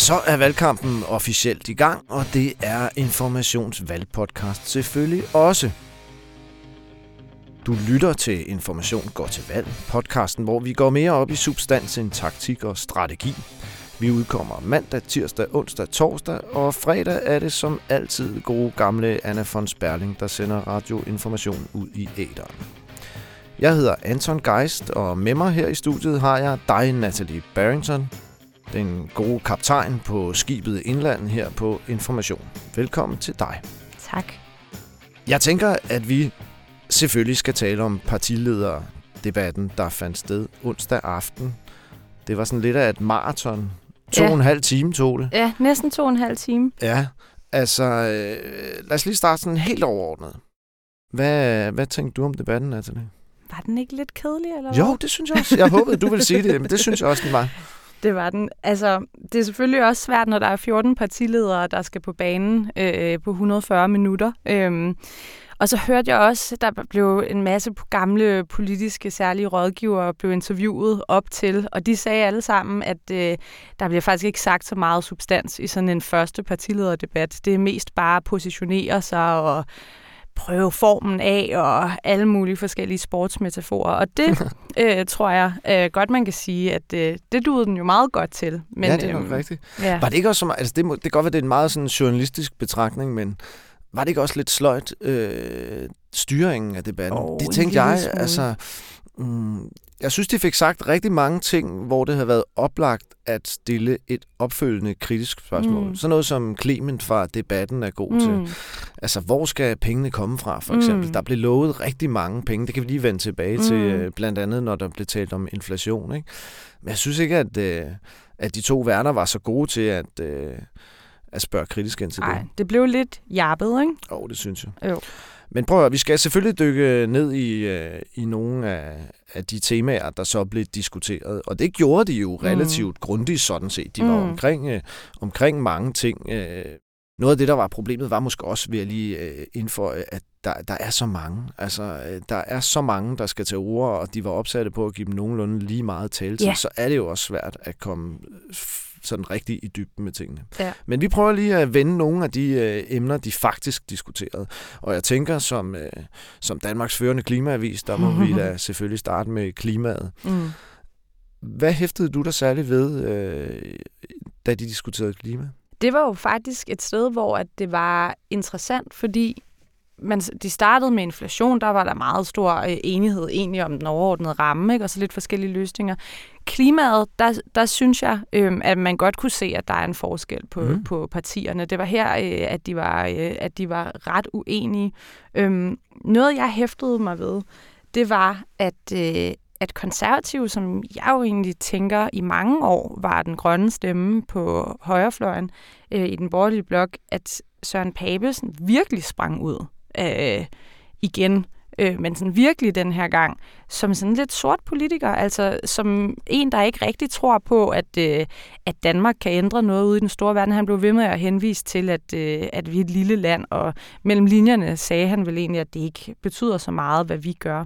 Så er valgkampen officielt i gang, og det er Informations valgpodcast selvfølgelig også. Du lytter til Information går til valg, podcasten, hvor vi går mere op i substans end taktik og strategi. Vi udkommer mandag, tirsdag, onsdag, torsdag, og fredag er det som altid gode gamle Anna von Sperling, der sender radioinformation ud i æteren. Jeg hedder Anton Geist, og med mig her i studiet har jeg dig, Natalie Barrington, den gode kaptajn på skibet Indland her på Information. Velkommen til dig. Tak. Jeg tænker, at vi selvfølgelig skal tale om partilederdebatten, der fandt sted onsdag aften. Det var sådan lidt af et maraton. 2,5 time tog det. Ja, næsten 2,5 time. Ja, altså lad os lige starte sådan helt overordnet. Hvad tænkte du om debatten, Natalie? Var den ikke lidt kedelig, eller hvad? Jo, det synes jeg også. Jeg håbede, du ville sige det, men det synes jeg også, den var. Det var den. Altså, det er selvfølgelig også svært, når der er 14 partiledere, der skal på banen på 140 minutter. Og så hørte jeg også, der blev en masse gamle politiske særlige rådgivere blev interviewet op til, og de sagde alle sammen, at der bliver faktisk ikke sagt så meget substans i sådan en første partilederdebat. Det er mest bare at positionere sig og prøve formen af og alle mulige forskellige sportsmetaforer. Og det tror jeg godt, man kan sige, at det duede den jo meget godt til. Men, ja, det er nok rigtigt. Ja. Var det ikke også så meget, altså det kan godt være, det er en meget sådan journalistisk betragtning, men var det ikke også lidt sløjt styringen af debatten? Det tænkte jeg, altså jeg synes, de fik sagt rigtig mange ting, hvor det havde været oplagt at stille et opfølgende kritisk spørgsmål. Sådan noget som Clement fra debatten er god til. Altså, hvor skal pengene komme fra, for eksempel? Der blev lovet rigtig mange penge. Det kan vi lige vende tilbage til, blandt andet, når der blev talt om inflation. Ikke? Men jeg synes ikke, at de to værter var så gode til at spørge kritisk ind til det. Nej, det blev lidt jappet, ikke? Jo, det synes jeg. Jo. Men prøv at vi skal selvfølgelig dykke ned i nogle af de temaer, der så blev diskuteret. Og det gjorde de jo relativt grundigt, sådan set. De var omkring mange ting. Noget af det, der var problemet, var måske også ved at lige indføje, at der er så mange. Altså, der er så mange, der skal til ord, og de var opsatte på at give dem nogenlunde lige meget taletid. Så er det jo også svært at komme sådan rigtig i dybden med tingene. Ja. Men vi prøver lige at vende nogle af de emner, de faktisk diskuterede. Og jeg tænker, som Danmarks førende klimaavis, der må vi da selvfølgelig starte med klimaet. Hvad hæftede du dig særligt ved, da de diskuterede klima? Det var jo faktisk et sted, hvor at det var interessant, fordi de startede med inflation, der var der meget stor enighed egentlig om den overordnede ramme, ikke? Og så lidt forskellige løsninger. Klimaet, der synes jeg, at man godt kunne se, at der er en forskel på partierne. Det var her, at de var ret uenige. Noget, jeg hæftede mig ved, det var, at konservative, som jeg jo egentlig tænker i mange år, var den grønne stemme på højrefløjen i den borgerlige blok, at Søren Pape virkelig sprang ud igen, men sådan virkelig den her gang, som sådan lidt sort politiker, altså som en, der ikke rigtig tror på, at Danmark kan ændre noget ude i den store verden. Han blev ved med at henvise til, at vi er et lille land, og mellem linjerne sagde han vel egentlig, at det ikke betyder så meget, hvad vi gør.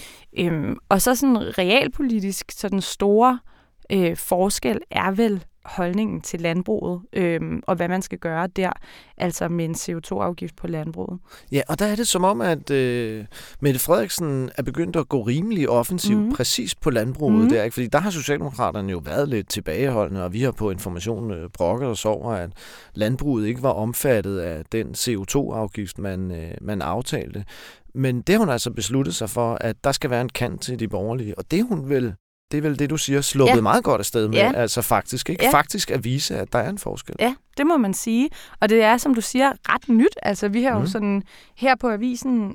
Og så sådan realpolitisk, så den store forskel er vel holdningen til landbruget, og hvad man skal gøre der, altså med en CO2-afgift på landbruget. Ja, og der er det som om, at Mette Frederiksen er begyndt at gå rimelig offensivt præcis på landbruget der, ikke? Fordi der har Socialdemokraterne jo været lidt tilbageholdende, og vi har på Information brokket os over, at landbruget ikke var omfattet af den CO2-afgift, man aftalte. Men det har hun altså besluttet sig for, at der skal være en kant til de borgerlige, og det er vel det, du siger, sluppet meget godt afsted med, altså faktisk, ikke? Ja. Faktisk at vise, at der er en forskel. Ja, det må man sige. Og det er, som du siger, ret nyt. Altså, vi har jo sådan, her på avisen,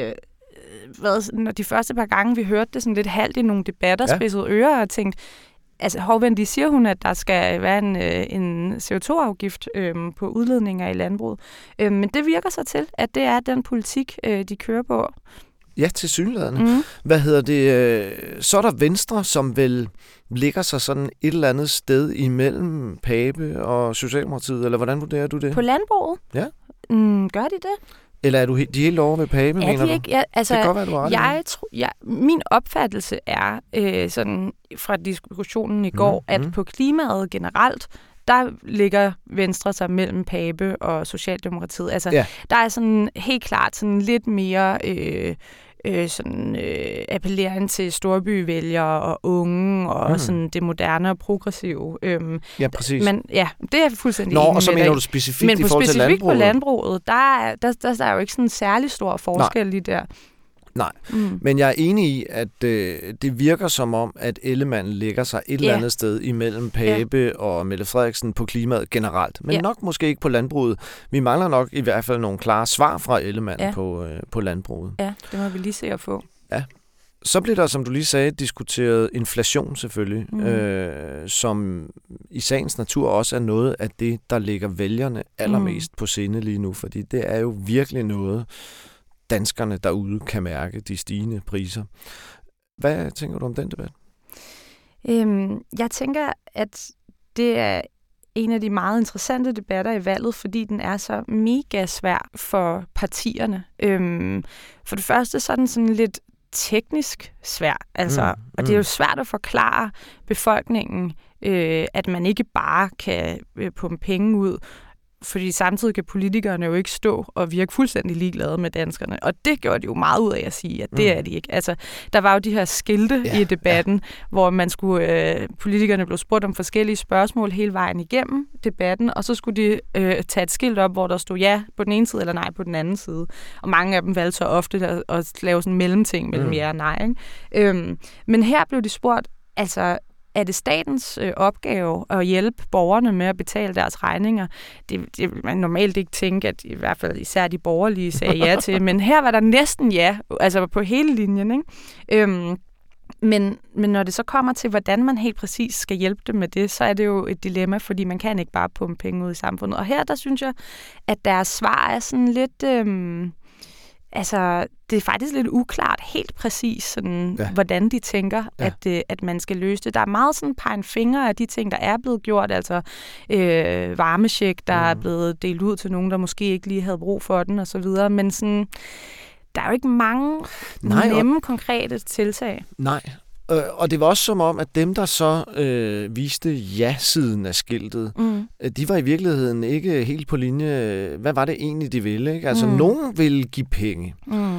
når de første par gange, vi hørte det sådan lidt halvt i nogle debatter, spidsede ører og tænkt, altså, hovvendigt siger hun, at der skal være en CO2-afgift på udledninger i landbruget. Men det virker så til, at det er den politik, de kører på. Ja, tilsyneladende. Hvad hedder det? Så er der Venstre, som vel ligger sig sådan et eller andet sted imellem Pape og Socialdemokratiet, eller hvordan vurderer du det? På landbruget? Ja. Gør de det? Eller er du de helt over ved Pape, mener du? Ikke? Ja, altså, det kan godt være, du har min opfattelse er, sådan fra diskussionen i går, at på klimaet generelt, der ligger Venstre sig mellem Pape og Socialdemokratiet. Altså, der er sådan helt klart sådan lidt mere appellering til storbyvælgere og unge og sådan det moderne og progressive. Ja, præcis. Men ja, det er fuldstændig enig med dig. Og så mener du specifikt i forhold til landbruget? Men på landbruget, der er jo ikke sådan en særlig stor forskel lige der. Nej, men jeg er enig i, at det virker som om, at Ellemann lægger sig et eller andet sted imellem Pape og Mette Frederiksen på klimaet generelt, men nok måske ikke på landbruget. Vi mangler nok i hvert fald nogle klare svar fra Ellemann på landbruget. Ja, det må vi lige se at få. Ja. Så bliver der, som du lige sagde, diskuteret inflation selvfølgelig, som i sagens natur også er noget af det, der ligger vælgerne allermest på sinde lige nu, fordi det er jo virkelig noget, danskerne derude kan mærke, de stigende priser. Hvad tænker du om den debat? Jeg tænker, at det er en af de meget interessante debatter i valget, fordi den er så mega svær for partierne. For det første så er den sådan lidt teknisk svær, altså, og det er jo svært at forklare befolkningen, at man ikke bare kan pumpe penge ud, fordi samtidig kan politikerne jo ikke stå og virke fuldstændig ligeglade med danskerne. Og det gjorde de jo meget ud af at sige, at det er de ikke. Altså, der var jo de her skilte i debatten, hvor man skulle, politikerne blev spurgt om forskellige spørgsmål hele vejen igennem debatten, og så skulle de tage et skilt op, hvor der stod ja på den ene side eller nej på den anden side. Og mange af dem valgte så ofte at lave sådan en mellemting mellem ja og nej. Ikke? Men her blev de spurgt, altså, er det statens opgave at hjælpe borgerne med at betale deres regninger? Det man normalt ikke tænke, at i hvert fald især de borgerlige sagde ja til, men her var der næsten ja, altså på hele linjen. Ikke? Men når det så kommer til, hvordan man helt præcis skal hjælpe dem med det, så er det jo et dilemma, fordi man kan ikke bare pumpe penge ud i samfundet. Og her, der synes jeg, at deres svar er sådan lidt... Altså, det er faktisk lidt uklart helt præcis, sådan, hvordan de tænker, at man skal løse det. Der er meget sådan pegen fingre af de ting, der er blevet gjort, altså varmecheck, der er blevet delt ud til nogen, der måske ikke lige havde brug for den, og så videre. Men sådan, der er jo ikke mange nemme, konkrete tiltag. Nej, og det var også som om, at dem, der så viste ja-siden af skiltet, de var i virkeligheden ikke helt på linje. Hvad var det egentlig, de ville? Ikke? Altså, nogen ville give penge.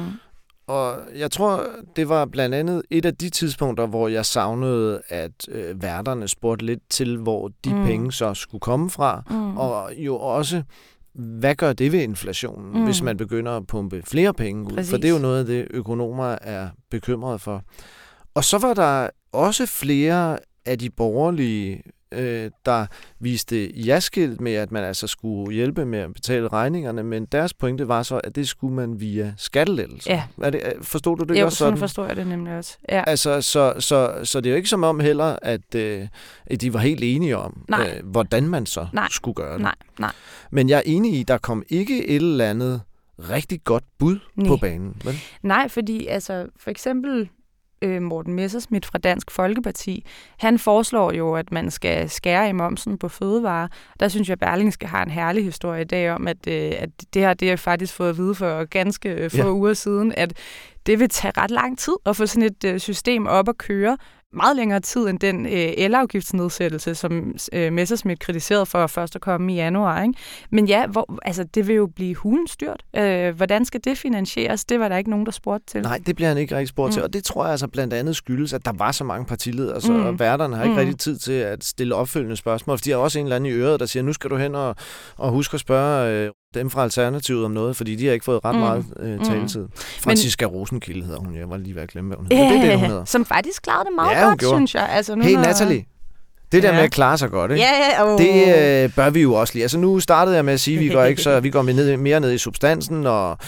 Og jeg tror, det var blandt andet et af de tidspunkter, hvor jeg savnede, at værterne spurgte lidt til, hvor de penge så skulle komme fra. Og jo også, hvad gør det ved inflationen, hvis man begynder at pumpe flere penge ud? For det er jo noget af det, økonomer er bekymrede for. Og så var der også flere af de borgerlige, der viste ja-skilt med, at man altså skulle hjælpe med at betale regningerne, men deres pointe var så, at det skulle man via skattelettelser. Ja. Forstod du det jo, også sådan? Jo, sådan forstår jeg det nemlig også. Ja. Altså, så det er jo ikke som om heller, at de var helt enige om, hvordan man så skulle gøre det. Nej. Men jeg er enig i, der kom ikke et eller andet rigtig godt bud på banen. Vel? Nej, fordi altså for eksempel Morten Messerschmidt fra Dansk Folkeparti, han foreslår jo, at man skal skære i momsen på fødevarer. Der synes jeg, Berlingske har en herlig historie i dag om, at det har jeg faktisk fået at vide for ganske få uger siden, at det vil tage ret lang tid at få sådan et system op at køre. Meget længere tid end den elafgiftsnedsættelse, som Messerschmidt kritiserede for først at komme i januar. Ikke? Men ja, det vil jo blive hulens dyrt. Hvordan skal det finansieres? Det var der ikke nogen, der spurgte til. Nej, det bliver han ikke rigtig spurgt til. Og det tror jeg altså blandt andet skyldes, at der var så mange partiledere, og værterne har ikke rigtig tid til at stille opfølgende spørgsmål. For de har også en eller anden i øret, der siger, nu skal du hen og huske at spørge dem fra Alternativet om noget, fordi de har ikke fået ret meget taletid. Franziska Rosenkilde hedder hun. Jeg var lige ved at glemme, hvad hun hedder. Det er det, hun hedder. Som faktisk klarede det meget godt, synes jeg. Altså, nu Natalie. Det der med at klare sig godt, ikke? Det bør vi jo også lige. Altså nu startede jeg med at sige, at vi går mere ned i substansen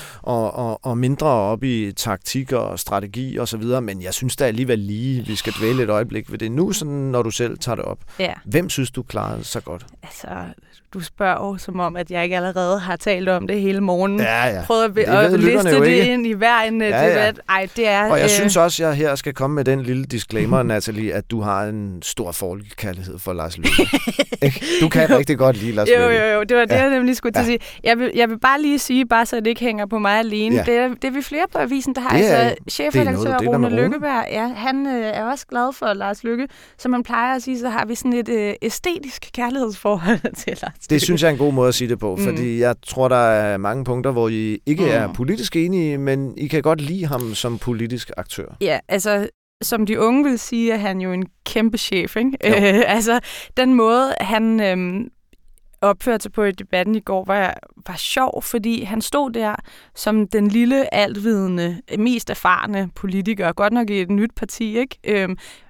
og mindre op i taktik og strategi og så videre, men jeg synes da alligevel lige, vi skal dvæle et øjeblik ved det nu, sådan, når du selv tager det op. Ja. Hvem synes du klarede sig godt? Altså, Du spørger jo, som om, at jeg ikke allerede har talt om det hele morgenen. Ja. Prøvet at liste det ind i hver en debat. Ej, det er... Og jeg synes også, at jeg her skal komme med den lille disclaimer, Nathalie, at du har en stor forkærlighed for Lars Løkke. Du kan rigtig godt lide Lars Løkke. Jo, det var det, jeg nemlig skulle til at sige. Jeg vil bare lige sige, bare så det ikke hænger på mig alene. Ja. Det er vi flere på avisen, der har. Altså, chefredaktør Rune Lykkeberg, han er også glad for Lars Løkke. Som man plejer at sige, så har vi sådan et æstetisk kærlighedsforhold til Lars Løkke. Det synes jeg er en god måde at sige det på, fordi jeg tror, der er mange punkter, hvor I ikke er politisk enige, men I kan godt lide ham som politisk aktør. Ja, altså... Som de unge vil sige, er han jo en kæmpe chef, ikke? Altså, den måde, han opførte sig på i debatten i går, var sjov, fordi han stod der som den lille, altvidende, mest erfarne politiker, godt nok i et nyt parti, ikke?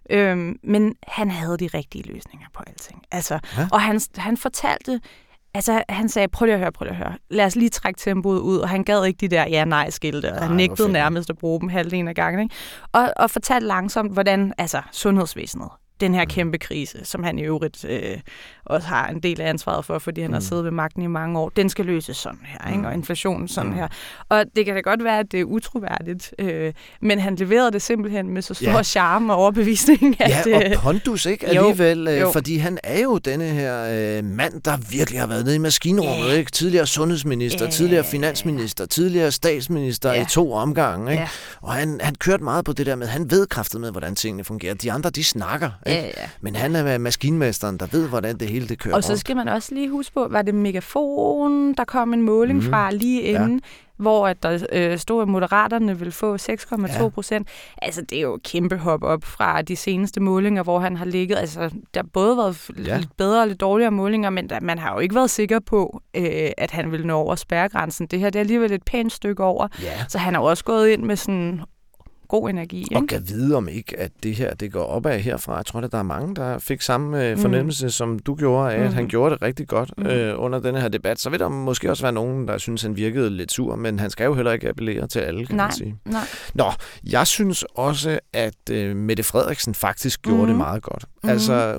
Men han havde de rigtige løsninger på alting. Altså, og han fortalte... Altså, han sagde, prøv lige at høre. Lad os lige trække tempoet ud, og han gad ikke de der ja-nej-skilte, og han nægtede nærmest at bruge dem halvdelen af gangen, ikke? Og fortalte langsomt, hvordan sundhedsvæsenet, den her kæmpe krise, som han i øvrigt også har en del af ansvaret for, fordi han har siddet ved magten i mange år, den skal løses sådan her, ikke? Og inflationen sådan her. Og det kan da godt være, at det er utroværdigt, men han leverede det simpelthen med så stor charme og overbevisning. Og pondus, ikke? Alligevel, fordi han er jo denne her mand, der virkelig har været nede i maskinrummet, ikke? Tidligere sundhedsminister, tidligere finansminister, tidligere statsminister i 2 omgange, ikke? Og han kørte meget på det der med, han ved kraftet med, hvordan tingene fungerer. De andre, de snakker, ikke? Men han er maskinmesteren, der ved, hvordan det hele det kører. Og så skal man også lige huske på, var det Megafon, der kom en måling fra lige inden, hvor at der stod, at Moderaterne vil få 6,2%. Altså, det er jo et kæmpe hop op fra de seneste målinger, hvor han har ligget. Altså, der har både været lidt bedre og lidt dårligere målinger, men man har jo ikke været sikker på, at han vil nå over spærregrænsen. Det her, det er alligevel et pænt stykke over. Så han har også gået ind med sådan god energi. Ikke? Og kan vide om ikke, at det her det går opad herfra. Jeg tror, at der er mange, der fik samme fornemmelse, som du gjorde af, at han gjorde det rigtig godt under denne her debat. Så vil der måske også være nogen, der synes, han virkede lidt sur, men han skal jo heller ikke appellere til alle, kan man sige. Nej. Nå, jeg synes også, at Mette Frederiksen faktisk gjorde det meget godt. Altså,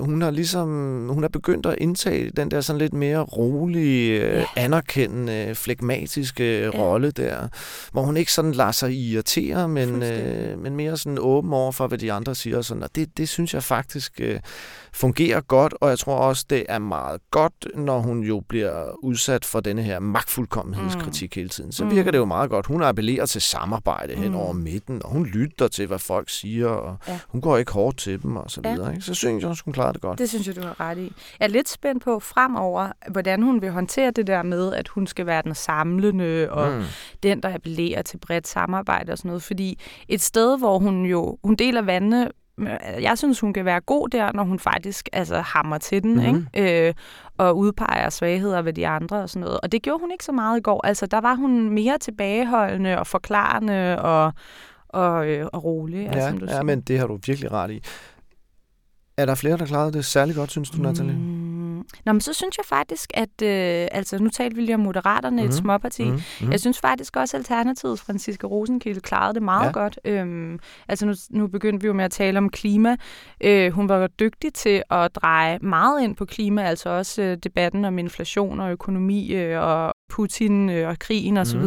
hun har begyndt at indtage den der sådan lidt mere rolige, anerkendende, flegmatiske rolle der, hvor hun ikke sådan lader sig irritere, men mere sådan åben over for, hvad de andre siger. Sådan, og det synes jeg faktisk fungerer godt, og jeg tror også, det er meget godt, når hun jo bliver udsat for denne her magtfuldkommenhedskritik hele tiden. Så virker det jo meget godt. Hun appellerer til samarbejde hen over midten, og hun lytter til, hvad folk siger, og hun går ikke hårdt til dem, og så videre. Ikke? Så synes jeg også, hun klarer det godt. Det synes jeg, du har ret i. Jeg er lidt spændt på fremover, hvordan hun vil håndtere det der med, at hun skal være den samlende, og den, der appellerer til bredt samarbejde og sådan noget. Fordi et sted, hvor hun deler vandene, jeg synes, hun kan være god der, når hun faktisk hammer til den, ikke? Og udpeger svagheder ved de andre og sådan noget. Og det gjorde hun ikke så meget i går. Altså, der var hun mere tilbageholdende og forklarende og rolig. Som du siger. Men det har du virkelig ret i. Er der flere, der klarede det særlig godt, synes du, Nathalie? Nå, men så synes jeg faktisk, at nu talte vi lige om Moderaterne, et småparti. Jeg synes faktisk også, at Alternativets Franciska Rosenkilde klarede det meget godt. Nu begyndte vi jo med at tale om klima. Hun var dygtig til at dreje meget ind på klima, altså også debatten om inflation og økonomi og Putin og krigen osv.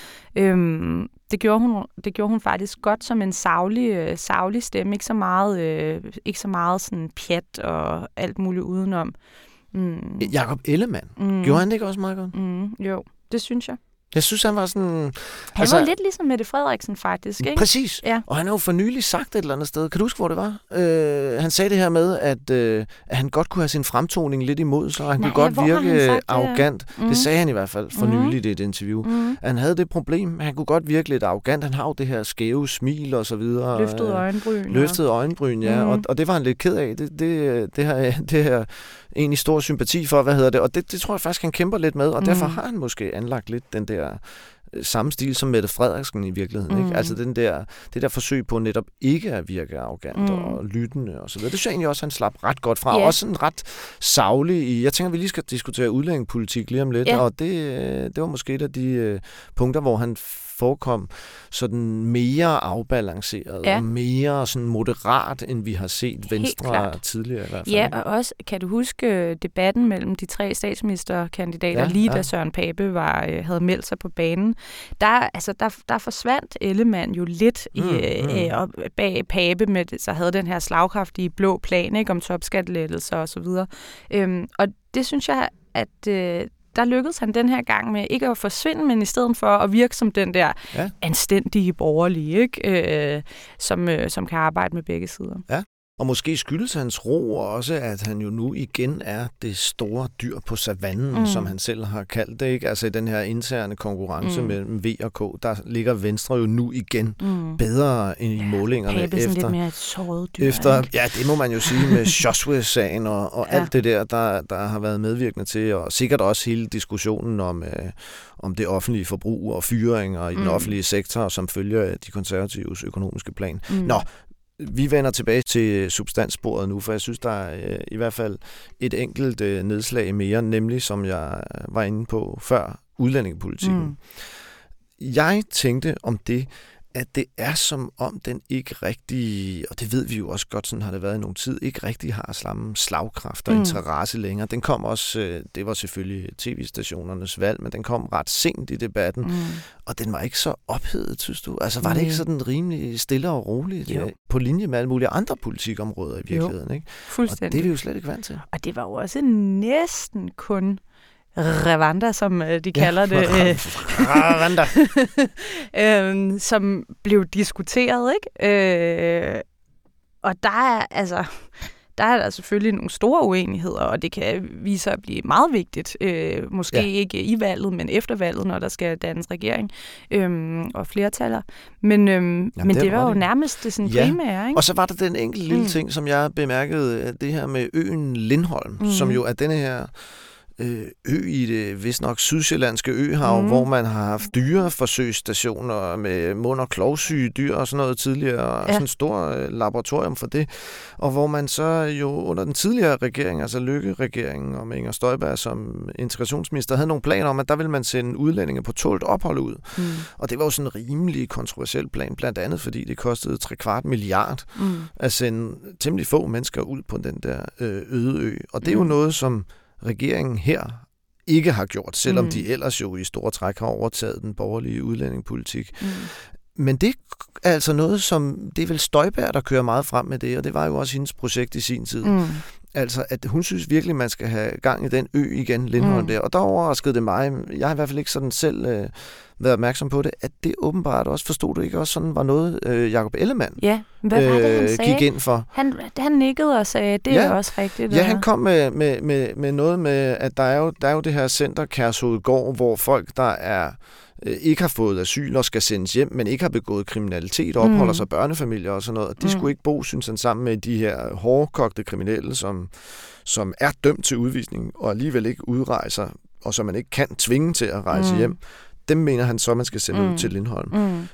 Det gjorde hun faktisk godt som en saglig stemme, ikke så meget sådan pjat og alt muligt udenom. Jakob Ellemann. Gjorde han det ikke også meget godt? Jo, det synes jeg. Jeg synes, han var sådan... Han var lidt ligesom Mette Frederiksen, faktisk, ikke? Præcis. Ja. Og han har jo for nylig sagt et eller andet sted. Kan du huske, hvor det var? Han sagde det her med, at han godt kunne have sin fremtoning lidt imod, så han kunne godt virke arrogant. Det sagde han i hvert fald for nylig i et interview. Han havde det problem. Han kunne godt virke lidt arrogant. Han har jo det her skæve smil og så videre. Løftede øjenbryn, ja. Og det var han lidt ked af. Det her egentlig stor sympati for, og det tror jeg faktisk, han kæmper lidt med, og derfor har han måske anlagt lidt den der samme stil som Mette Frederiksen i virkeligheden. Ikke? Altså det der forsøg på netop ikke at virke arrogant og lyttende og så videre. Det synes jeg egentlig også, han slap ret godt fra. Også sådan ret saglig. Jeg tænker, vi lige skal diskutere udlændingepolitik lige om lidt, og det var måske et af de punkter, hvor han forekom sådan mere afbalanceret og mere sådan moderat, end vi har set Venstre tidligere i hvert fald. Ja, og også, kan du huske debatten mellem de 3 statsministerkandidater, da Søren Pape havde meldt sig på banen? Der forsvandt Ellemann jo lidt bag Pape, så havde den her slagkraftige blå plan, ikke, om topskattelettelser og så videre. Og det synes jeg, at der lykkedes han den her gang med ikke at forsvinde, men i stedet for at virke som den der anstændige borgerlige, ikke? Som kan arbejde med begge sider. Ja. Og måske skyldes hans ro også, at han jo nu igen er det store dyr på savannen, som han selv har kaldt det, ikke? Altså i den her interne konkurrence mellem V og K, der ligger Venstre jo nu igen bedre end i målingerne. Pape sådan lidt mere et såret dyr. Ja, det må man jo sige med Joshua-sagen og alt det der har været medvirkende til, og sikkert også hele diskussionen om det offentlige forbrug og fyringer i den offentlige sektor, som følger af de konservatives økonomiske plan. Nå, vi vender tilbage til substanssporet nu, for jeg synes, der er i hvert fald et enkelt nedslag mere, nemlig, som jeg var inde på før, udlændingepolitikken. Jeg tænkte om det, at det er som om den ikke rigtig, og det ved vi jo også godt, sådan har det været i nogen tid, ikke rigtig har samme slagkraft og interesse længere. Den kom også, det var selvfølgelig tv-stationernes valg, men den kom ret sent i debatten, og den var ikke så ophedet, synes du? Altså var det ikke sådan rimelig stille og roligt på linje med alle mulige andre politikområder i virkeligheden, ikke? Fuldstændig. Og det er vi jo slet ikke vant til. Og det var jo også næsten kun Rwanda, som de kalder det, Rwanda. som blev diskuteret, ikke? Og der er der selvfølgelig nogle store uenigheder, og det kan vise sig at blive meget vigtigt. Måske ikke i valget, men efter valget, når der skal dannes regering og flertaller. Men det var jo nærmest det sådan primære, ikke? Og så var der den enkelte lille ting, som jeg bemærkede, det her med øen Lindholm, som jo er denne her ø i det vist nok sydsjællandske øhav, hvor man har haft dyreforsøgsstationer med mund- og klovsyge dyr og sådan noget tidligere, og sådan et stort laboratorium for det, og hvor man så jo under den tidligere regering, altså Løkke-regeringen og med Inger Støjberg som integrationsminister, havde nogle planer om, at der ville man sende udlændinge på tålt ophold ud. Og det var jo sådan en rimelig kontroversiel plan, blandt andet fordi det kostede 3/4 milliard at sende temmelig få mennesker ud på den der øde ø. Og det er jo noget, som regeringen her ikke har gjort, selvom de ellers jo i store træk har overtaget den borgerlige udlændingepolitik. Men det er altså noget, som det er vel Støjberg, der kører meget frem med det, og det var jo også hendes projekt i sin tid. Altså, at hun synes virkelig, man skal have gang i den ø igen, Lindholm der. Og der overraskede det mig, jeg har i hvert fald ikke sådan selv været opmærksom på det, at det åbenbart også, forstod du ikke også, sådan var noget, Jakob Ellemann hvad var det, han sagde? Gik ind for. Han nikkede og sagde, det er også rigtigt. Ja, han kom med noget med, at der er jo det her center Kærshovedgård, hvor folk, der ikke har fået asyl og skal sendes hjem, men ikke har begået kriminalitet, opholder sig børnefamilier og sådan noget. Og de skulle ikke bo, synes han, sammen med de her hårdkogte kriminelle, som er dømt til udvisning og alligevel ikke udrejser, og som man ikke kan tvinge til at rejse hjem. Dem mener han så, man skal sende ud til Lindholm.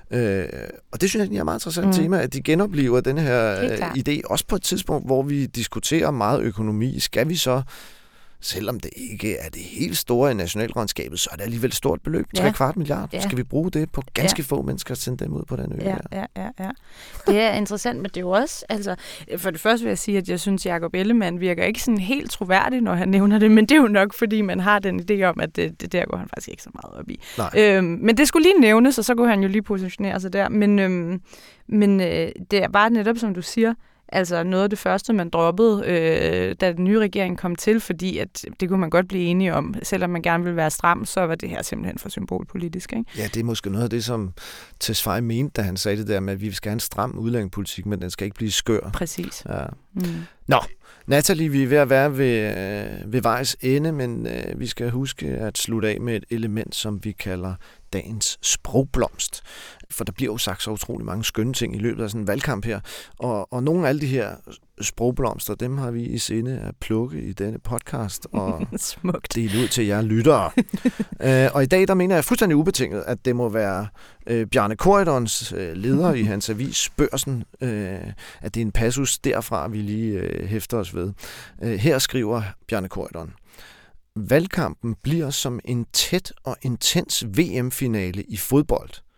Og det synes jeg er et meget interessant tema, at de genoplever den her idé, også på et tidspunkt, hvor vi diskuterer meget økonomi. Skal vi så, selvom det ikke er det helt store i nationalregnskabet, så er det alligevel et stort beløb, 3/4 milliard. Skal vi bruge det på ganske få mennesker at sende dem ud på den ø? Ja. Det er interessant, men det er jo også, altså, for det første vil jeg sige, at jeg synes, at Jakob Ellemann virker ikke sådan helt troværdig, når han nævner det, men det er jo nok, fordi man har den idé om, at det der går han faktisk ikke så meget op i. Men det skulle lige nævnes, og så kunne han jo lige positionere sig der. Men det er bare netop, som du siger, altså noget af det første, man droppede, da den nye regering kom til, fordi at det kunne man godt blive enige om. Selvom man gerne ville være stram, så var det her simpelthen for symbolpolitisk, ikke? Ja, det er måske noget af det, som Tesfaye mente, da han sagde det der med, at vi skal have en stram udlændingepolitik, men den skal ikke blive skør. Præcis. Ja. Nå, Nathalie, vi er ved at være ved vejs ende, men vi skal huske at slutte af med et element, som vi kalder dagens sprogblomst. For der bliver jo sagt så utrolig mange skønne ting i løbet af sådan en valgkamp her. Og nogle af alle de her sprogblomster, dem har vi i sinde at plukke i denne podcast og dele ud til jer lyttere. Og i dag, der mener jeg fuldstændig ubetinget, at det må være Bjarne Corydons leder i hans avis Børsen, at det er en passus derfra, vi lige hæfter os ved. Her skriver Bjarne Corydon: Valgkampen bliver som en tæt og intens VM-finale i fodbold.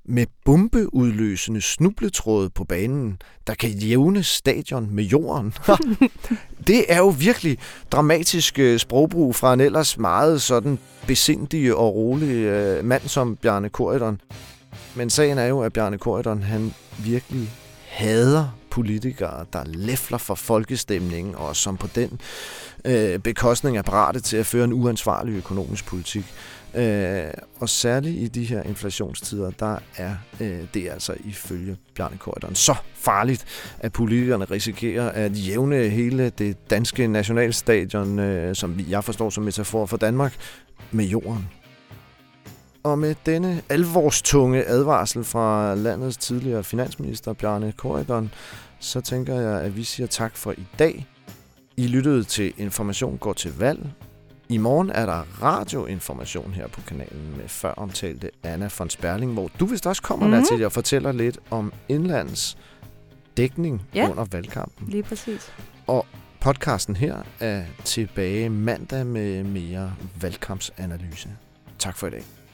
med bombeudløsende snubletråde på banen, der kan jævne stadion med jorden. Det er jo virkelig dramatisk sprogbrug fra en ellers meget sådan besindig og rolig mand som Bjarne Corydon. Men sagen er jo, at Bjarne Corydon, han virkelig hader politikere, der læfler for folkestemningen, og som på den bekostning er parate til at føre en uansvarlig økonomisk politik. Og særligt i de her inflationstider, der er det altså ifølge Bjarne Corydon så farligt, at politikerne risikerer at jævne hele det danske nationalstadion, som jeg forstår som metafor for Danmark, med jorden. Og med denne alvorstunge advarsel fra landets tidligere finansminister Bjarne Corydon, så tænker jeg, at vi siger tak for i dag. I lyttede til Information går til valg. I morgen er der radioinformation her på kanalen med før omtalte Anna von Sperling, hvor du vist også kommer der til og fortæller lidt om indlandets dækning under valgkampen. Lige præcis. Og podcasten her er tilbage mandag med mere valgkampsanalyse. Tak for i dag.